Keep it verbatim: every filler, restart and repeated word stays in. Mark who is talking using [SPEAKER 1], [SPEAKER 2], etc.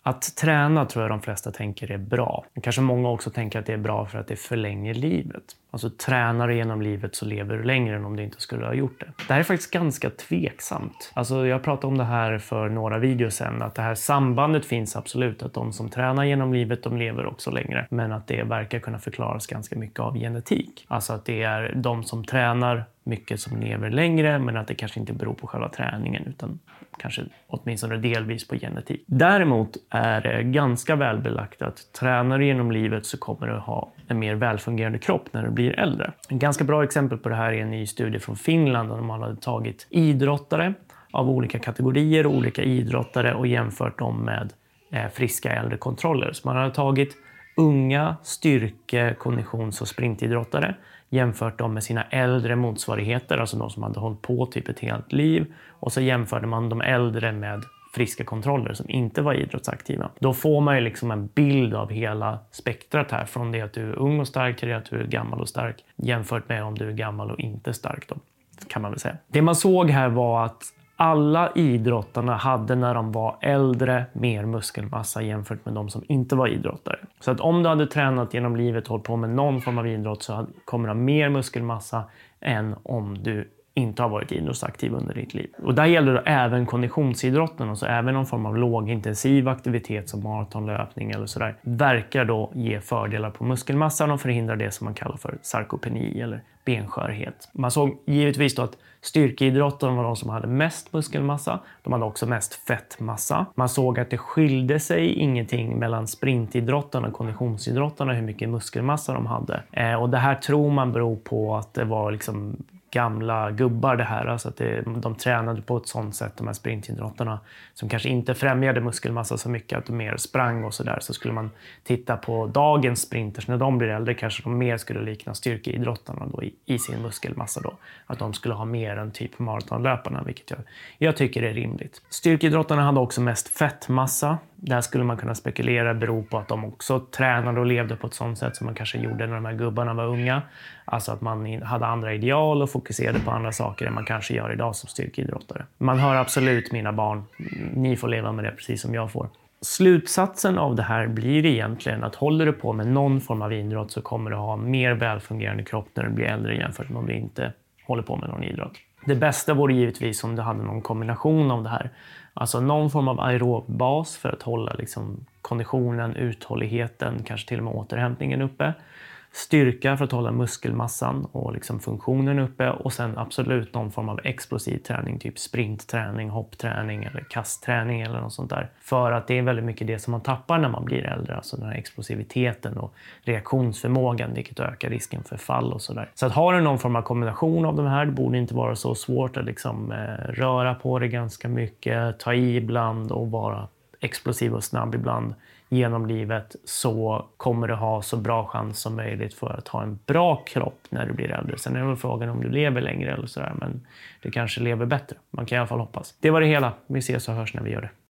[SPEAKER 1] Att träna tror jag de flesta tänker är bra. Kanske många också tänker att det är bra för att det förlänger livet. Alltså tränar du genom livet så lever du längre än om du inte skulle ha gjort det. Det här är faktiskt ganska tveksamt. Alltså jag pratade om det här för några videos sedan. Att det här sambandet finns absolut. Att de som tränar genom livet, de lever också längre. Men att det verkar kunna förklaras ganska mycket av genetik. Alltså att det är de som tränar mycket som lever längre, men att det kanske inte beror på själva träningen utan kanske åtminstone delvis på genetik. Däremot är det ganska välbelagt att tränar du genom livet så kommer du ha en mer välfungerande kropp när du blir äldre. En ganska bra exempel på det här är en ny studie från Finland där man hade tagit idrottare av olika kategorier och olika idrottare och jämfört dem med eh, friska äldre kontroller. Så man hade tagit unga styrke-, konditions- och sprintidrottare, jämfört dem med sina äldre motsvarigheter, alltså de som hade hållit på typ ett helt liv. Och så jämförde man de äldre med friska kontroller som inte var idrottsaktiva. Då får man ju liksom en bild av hela spektrat här. Från det att du är ung och stark till det att du är gammal och stark. Jämfört med om du är gammal och inte stark då, kan man väl säga. Det man såg här var att alla idrottarna hade när de var äldre mer muskelmassa jämfört med de som inte var idrottare. Så att om du hade tränat genom livet och hållit på med någon form av idrott så kommer du ha mer muskelmassa än om du inte har varit idrottsaktiv under ditt liv. Och där gäller det även konditionsidrotten, alltså även någon form av lågintensiv aktivitet som maratonlöpning eller sådär, verkar då ge fördelar på muskelmassan och förhindra det som man kallar för sarkopeni eller benskörhet. Man såg givetvis då att styrkeidrotten var de som hade mest muskelmassa. De hade också mest fettmassa. Man såg att det skilde sig ingenting mellan sprintidrottarna och konditionsidrottarna hur mycket muskelmassa de hade. Eh, och det här tror man beror på att det var liksom gamla gubbar det här. Alltså att det, de tränade på ett sånt sätt, de här sprintidrottarna, som kanske inte främjade muskelmassa så mycket, att de mer sprang och sådär. Så skulle man titta på dagens sprinters, när de blir äldre kanske de mer skulle likna styrkeidrottarna då i, i sin muskelmassa då. Att de skulle ha mer än typ maratonlöparna, vilket jag, jag tycker är rimligt. Styrkeidrottarna hade också mest fettmassa. Där skulle man kunna spekulera beror på att de också tränade och levde på ett sånt sätt som man kanske gjorde när de här gubbarna var unga. Alltså att man hade andra ideal och fokuserade på andra saker än man kanske gör idag som styrkeidrottare. Man hör absolut mina barn, ni får leva med det precis som jag får. Slutsatsen av det här blir egentligen att håller du på med någon form av idrott så kommer du ha mer välfungerande kropp när du blir äldre jämfört med om du inte håller på med någon idrott. Det bästa vore givetvis om du hade någon kombination av det här. Alltså någon form av aerobbas för att hålla liksom konditionen, uthålligheten, kanske till och med återhämtningen uppe. Styrka för att hålla muskelmassan och liksom funktionen uppe. Och sen absolut någon form av explosiv träning, typ sprintträning, hoppträning eller kastträning eller något sånt där. För att det är väldigt mycket det som man tappar när man blir äldre. Alltså den här explosiviteten och reaktionsförmågan, vilket ökar risken för fall och sådär. Så att har du någon form av kombination av de här, det borde inte vara så svårt att liksom eh, röra på det ganska mycket, ta i ibland och vara explosiv och snabb ibland genom livet, så kommer du ha så bra chans som möjligt för att ha en bra kropp när du blir äldre. Sen är det väl frågan om du lever längre eller sådär, men du kanske lever bättre. Man kan i alla fall hoppas. Det var det hela. Vi ses och hörs när vi gör det.